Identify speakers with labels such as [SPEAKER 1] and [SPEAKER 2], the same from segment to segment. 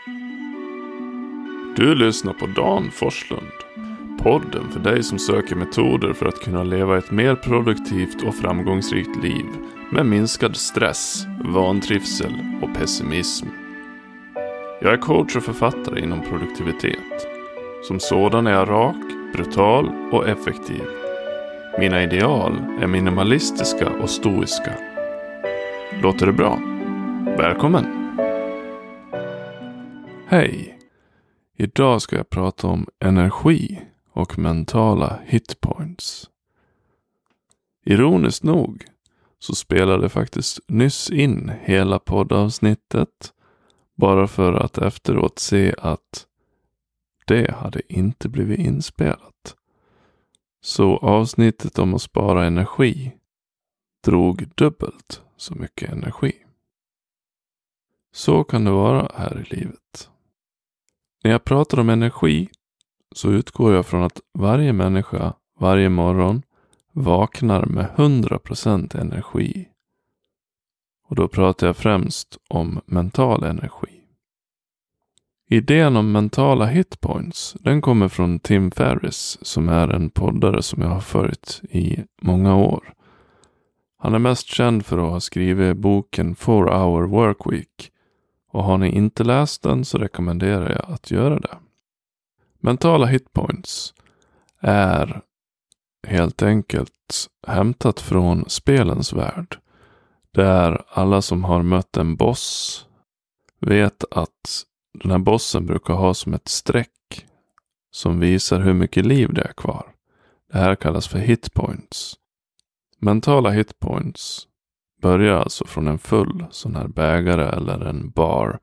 [SPEAKER 1] Du lyssnar på Dan Forslund, podden för dig som söker metoder för att kunna leva ett mer produktivt och framgångsrikt liv med minskad stress, vantrivsel och pessimism. Jag är coach och författare inom produktivitet. Som sådan är jag rak, brutal och effektiv. Mina ideal är minimalistiska och stoiska. Låter det bra? Välkommen! Hej! Idag ska jag prata om energi och mentala hitpoints. Ironiskt nog så spelade jag faktiskt nyss in hela poddavsnittet bara för att efteråt se att det hade inte blivit inspelat. Så avsnittet om att spara energi drog dubbelt så mycket energi. Så kan det vara här i livet. När jag pratar om energi så utgår jag från att varje människa varje morgon vaknar med 100% energi. Och då pratar jag främst om mental energi. Idén om mentala hitpoints, den kommer från Tim Ferriss som är en poddare som jag har följt i många år. Han är mest känd för att ha skrivit boken 4-Hour Workweek. Och har ni inte läst den så rekommenderar jag att göra det. Mentala hitpoints är helt enkelt hämtat från spelens värld. Där alla som har mött en boss vet att den här bossen brukar ha som ett streck som visar hur mycket liv det är kvar. Det här kallas för hitpoints. Mentala hitpoints börjar alltså från en full sån här bägare eller en bar.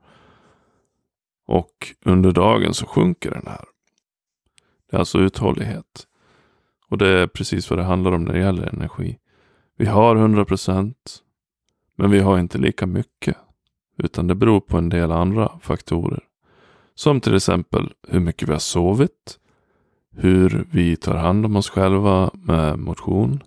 [SPEAKER 1] Och under dagen så sjunker den här. Det är alltså uthållighet. Och det är precis vad det handlar om när det gäller energi. Vi har 100%. Men vi har inte lika mycket. Utan det beror på en del andra faktorer. Som till exempel hur mycket vi har sovit. Hur vi tar hand om oss själva med motion.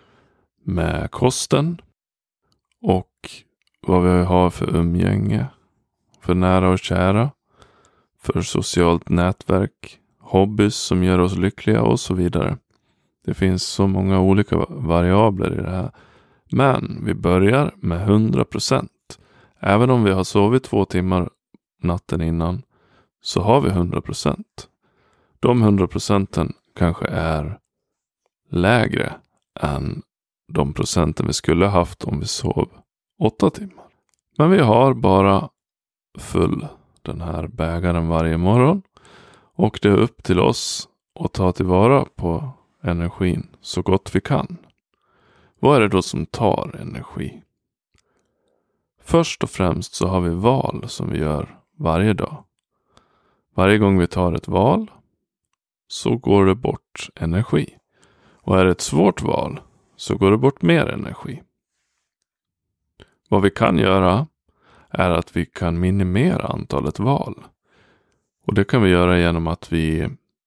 [SPEAKER 1] Med kosten. Och vad vi har för umgänge, för nära och kära, för socialt nätverk, hobbys som gör oss lyckliga och så vidare. Det finns så många olika variabler i det här. Men vi börjar med 100%. Även om vi har sovit 2 timmar natten innan så har vi 100%. De 100% kanske är lägre än de procenten vi skulle haft om vi sov 8 timmar. Men vi har bara full den här bägaren varje morgon. Och det är upp till oss att ta tillvara på energin så gott vi kan. Vad är det då som tar energi? Först och främst så har vi val som vi gör varje dag. Varje gång vi tar ett val så går det bort energi. Och är det ett svårt val så går det bort mer energi. Vad vi kan göra är att vi kan minimera antalet val. Och det kan vi göra genom att vi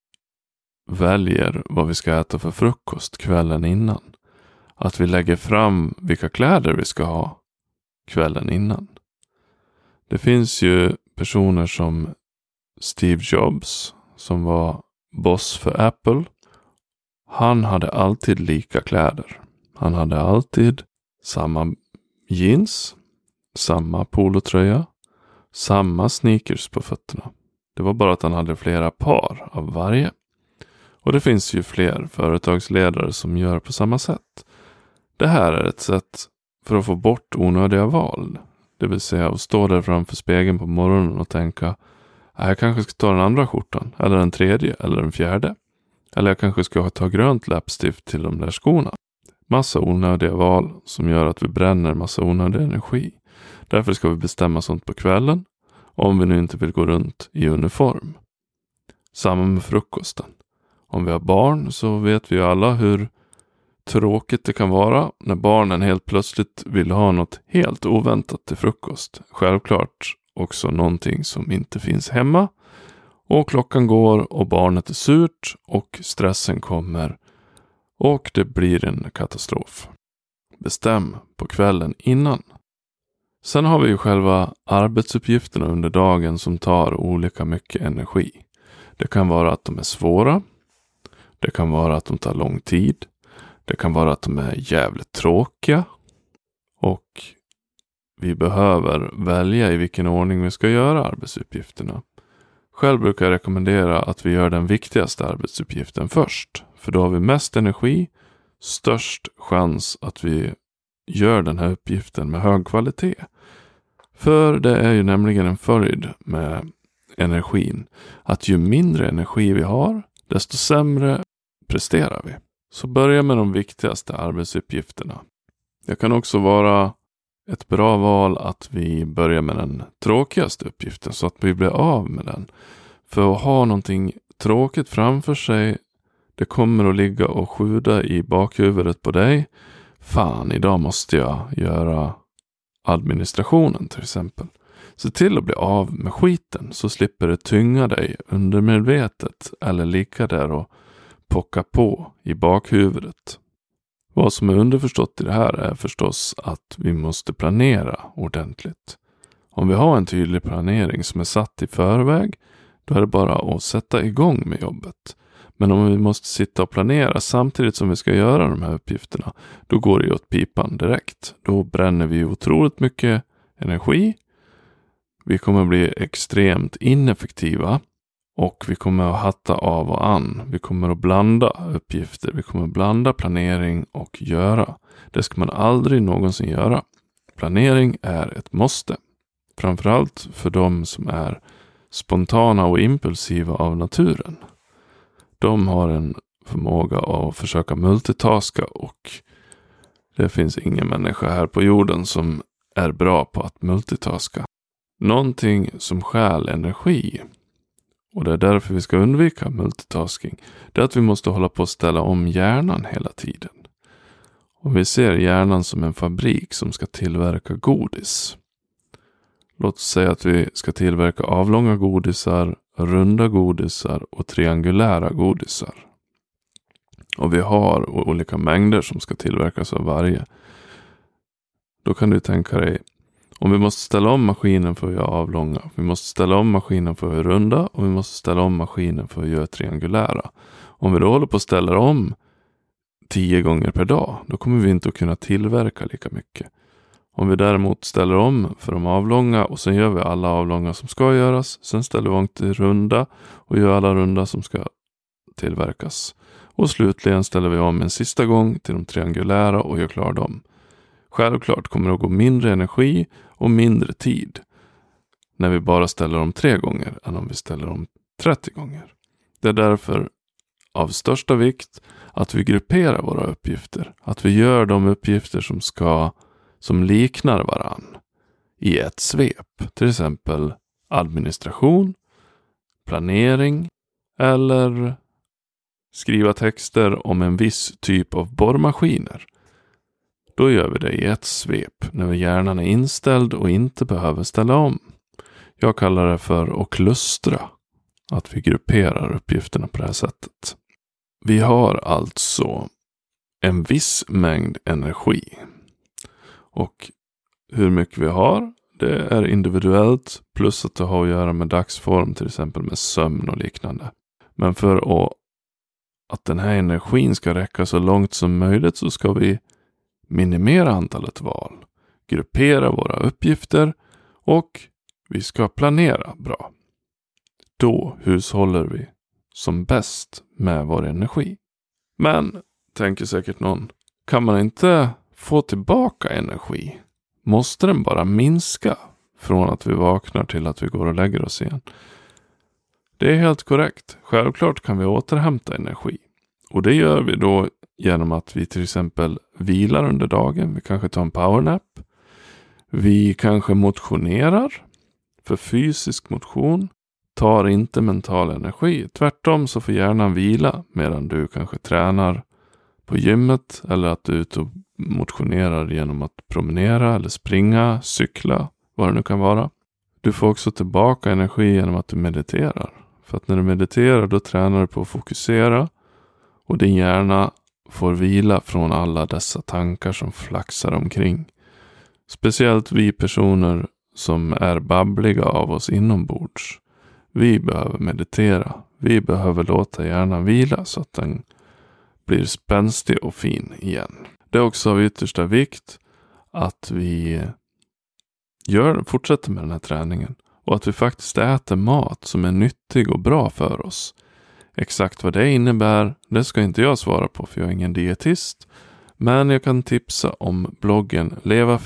[SPEAKER 1] väljer vad vi ska äta för frukost kvällen innan. Att vi lägger fram vilka kläder vi ska ha kvällen innan. Det finns ju personer som Steve Jobs som var boss för Apple. Han hade alltid lika kläder. Han hade alltid samma jeans, samma polotröja, samma sneakers på fötterna. Det var bara att han hade flera par av varje. Och det finns ju fler företagsledare som gör på samma sätt. Det här är ett sätt för att få bort onödiga val. Det vill säga att stå där framför spegeln på morgonen och tänka jag kanske ska ta den andra skjortan, eller den tredje, eller den fjärde. Eller jag kanske ska ta grönt läppstift till de där skorna. Massa onödiga val som gör att vi bränner massa onödig energi. Därför ska vi bestämma sånt på kvällen. Om vi nu inte vill gå runt i uniform. Samma med frukosten. Om vi har barn så vet vi ju alla hur tråkigt det kan vara när barnen helt plötsligt vill ha något helt oväntat till frukost. Självklart också någonting som inte finns hemma. Och klockan går och barnet är surt och stressen kommer. Och det blir en katastrof. Bestäm på kvällen innan. Sen har vi ju själva arbetsuppgifterna under dagen som tar olika mycket energi. Det kan vara att de är svåra. Det kan vara att de tar lång tid. Det kan vara att de är jävligt tråkiga. Och vi behöver välja i vilken ordning vi ska göra arbetsuppgifterna. Själv brukar jag rekommendera att vi gör den viktigaste arbetsuppgiften först. För då har vi mest energi, störst chans att vi gör den här uppgiften med hög kvalitet. För det är ju nämligen en följd med energin. Att ju mindre energi vi har, desto sämre presterar vi. Så börja med de viktigaste arbetsuppgifterna. Det kan också vara ett bra val att vi börjar med den tråkigaste uppgiften så att vi blir av med den. För att ha någonting tråkigt framför sig, det kommer att ligga och sjuda i bakhuvudet på dig. Fan, idag måste jag göra administrationen till exempel. Se till att bli av med skiten så slipper det tynga dig undermedvetet eller ligga där och pocka på i bakhuvudet. Vad som är underförstått i det här är förstås att vi måste planera ordentligt. Om vi har en tydlig planering som är satt i förväg, då är det bara att sätta igång med jobbet. Men om vi måste sitta och planera samtidigt som vi ska göra de här uppgifterna, då går det ju åt pipan direkt. Då bränner vi otroligt mycket energi. Vi kommer bli extremt ineffektiva. Och vi kommer att hatta av och an. Vi kommer att blanda uppgifter. Vi kommer att blanda planering och göra. Det ska man aldrig någonsin göra. Planering är ett måste. Framförallt för de som är spontana och impulsiva av naturen. De har en förmåga att försöka multitaska och det finns ingen människa här på jorden som är bra på att multitaska. Någonting som stjäl energi, och det är därför vi ska undvika multitasking, det är att vi måste hålla på att ställa om hjärnan hela tiden. Om vi ser hjärnan som en fabrik som ska tillverka godis. Låt oss säga att vi ska tillverka avlånga godisar, runda godisar och triangulära godisar. Och vi har olika mängder som ska tillverkas av varje. Då kan du tänka dig, om vi måste ställa om maskinen för att göra avlånga, vi måste ställa om maskinen för att göra runda och vi måste ställa om maskinen för att göra triangulära. Om vi då håller på att ställa om 10 gånger per dag, då kommer vi inte att kunna tillverka lika mycket. Om vi däremot ställer om för de avlånga och sen gör vi alla avlånga som ska göras, sen ställer vi om till runda och gör alla runda som ska tillverkas. Och slutligen ställer vi om en sista gång till de triangulära och gör klar dem. Självklart kommer det att gå mindre energi och mindre tid när vi bara ställer om 3 gånger än om vi ställer om 30 gånger. Det är därför av största vikt att vi grupperar våra uppgifter. Att vi gör de uppgifter som liknar varann i ett svep. Till exempel administration, planering eller skriva texter om en viss typ av borrmaskiner. Då gör vi det i ett svep när hjärnan är inställd och inte behöver ställa om. Jag kallar det för att klustra. Att vi grupperar uppgifterna på det här sättet. Vi har alltså en viss mängd energi. Och hur mycket vi har, det är individuellt. Plus att det har att göra med dagsform, till exempel med sömn och liknande. Men för att den här energin ska räcka så långt som möjligt så ska vi minimera antalet val, gruppera våra uppgifter och vi ska planera bra. Då hushåller vi som bäst med vår energi. Men, tänker säkert någon, kan man inte få tillbaka energi? Måste den bara minska från att vi vaknar till att vi går och lägger oss igen? Det är helt korrekt. Självklart kan vi återhämta energi. Och det gör vi då genom att vi till exempel vilar under dagen. Vi kanske tar en powernap. Vi kanske motionerar. För fysisk motion tar inte mental energi. Tvärtom så får hjärnan vila medan du kanske tränar på gymmet. Eller att du är ute och motionerar genom att promenera eller springa, cykla, vad det nu kan vara. Du får också tillbaka energi genom att du mediterar. För att när du mediterar då tränar du på att fokusera. Och din hjärna får vila från alla dessa tankar som flaxar omkring. Speciellt vi personer som är babbliga av oss inombords. Vi behöver meditera. Vi behöver låta hjärnan vila så att den blir spänstig och fin igen. Det är också av yttersta vikt att vi fortsätter med den här träningen. Och att vi faktiskt äter mat som är nyttig och bra för oss. Exakt vad det innebär, det ska inte jag svara på för jag är ingen dietist. Men jag kan tipsa om bloggen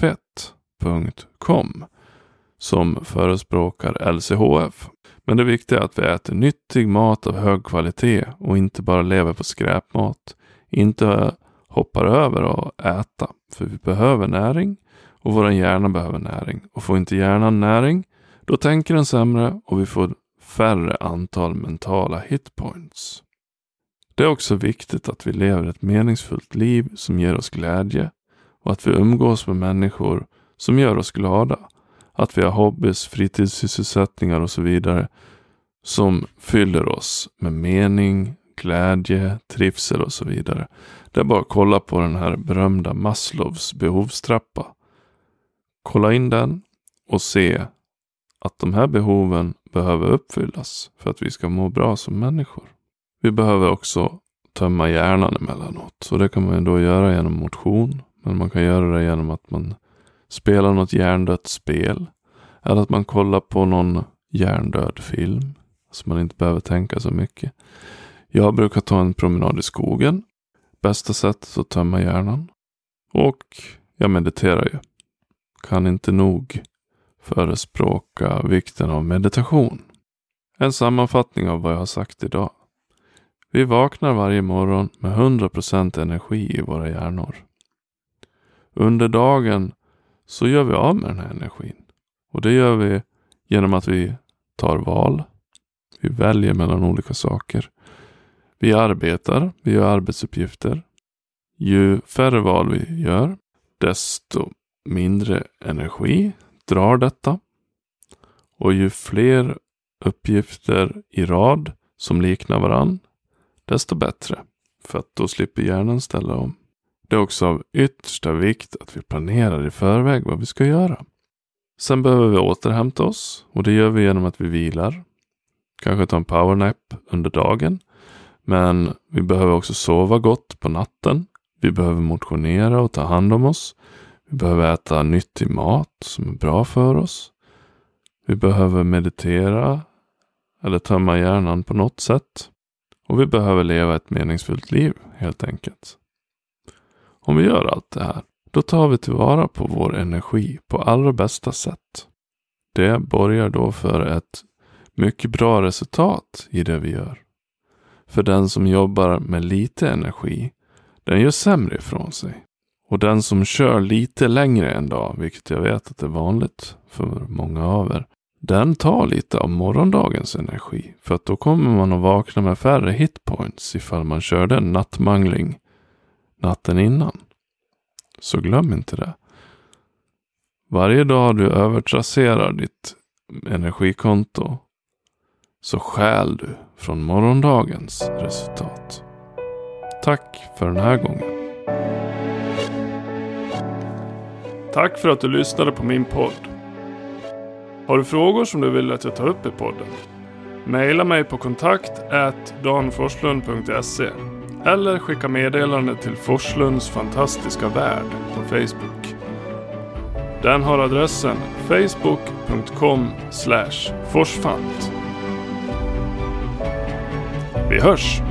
[SPEAKER 1] levafett.com som förespråkar LCHF. Men det viktiga är att vi äter nyttig mat av hög kvalitet och inte bara lever på skräpmat. Inte hoppar över att äta, för vi behöver näring och vår hjärna behöver näring. Och får inte hjärnan näring, då tänker den sämre och vi får färre antal mentala hitpoints. Det är också viktigt att vi lever ett meningsfullt liv som ger oss glädje och att vi umgås med människor som gör oss glada. Att vi har hobbys, fritidssysselsättningar och så vidare som fyller oss med mening, glädje, trivsel och så vidare. Det är bara att kolla på den här berömda Maslows behovstrappa. Kolla in den och se att de här behoven behöver uppfyllas för att vi ska må bra som människor. Vi behöver också tömma hjärnan emellanåt. Så det kan man då göra genom motion. Men man kan göra det genom att man spelar något hjärndött spel. Eller att man kollar på någon hjärndöd film. Så man inte behöver tänka så mycket. Jag brukar ta en promenad i skogen. Bästa sättet att tömma hjärnan. Och jag mediterar ju. Kan inte nog förespråka vikten av meditation. En sammanfattning av vad jag har sagt idag. Vi vaknar varje morgon med 100% energi i våra hjärnor. Under dagen så gör vi av med den här energin. Och det gör vi genom att vi tar val. Vi väljer mellan olika saker. Vi arbetar, vi gör arbetsuppgifter. Ju färre val vi gör, desto mindre energi drar detta. Och ju fler uppgifter i rad som liknar varann, desto bättre. För att då slipper hjärnan ställa om. Det är också av yttersta vikt att vi planerar i förväg vad vi ska göra. Sen behöver vi återhämta oss. Och det gör vi genom att vi vilar. Kanske ta en powernap under dagen. Men vi behöver också sova gott på natten. Vi behöver motionera och ta hand om oss. Vi behöver äta nyttig mat som är bra för oss. Vi behöver meditera eller tömma hjärnan på något sätt. Och vi behöver leva ett meningsfullt liv helt enkelt. Om vi gör allt det här, då tar vi tillvara på vår energi på allra bästa sätt. Det borgar då för ett mycket bra resultat i det vi gör. För den som jobbar med lite energi, den gör sämre ifrån sig. Och den som kör lite längre en dag, vilket jag vet att är vanligt för många av er, den tar lite av morgondagens energi. För att då kommer man att vakna med färre hitpoints ifall man körde en nattmangling natten innan. Så glöm inte det. Varje dag du övertrasserar ditt energikonto så stjäl du från morgondagens resultat. Tack för den här gången. Tack för att du lyssnade på min podd. Har du frågor som du vill att jag tar upp i podden? Maila mig på kontakt@danforslund.se eller skicka meddelande till Forslunds fantastiska värld på Facebook. Den har adressen facebook.com/forsfant. Vi hörs!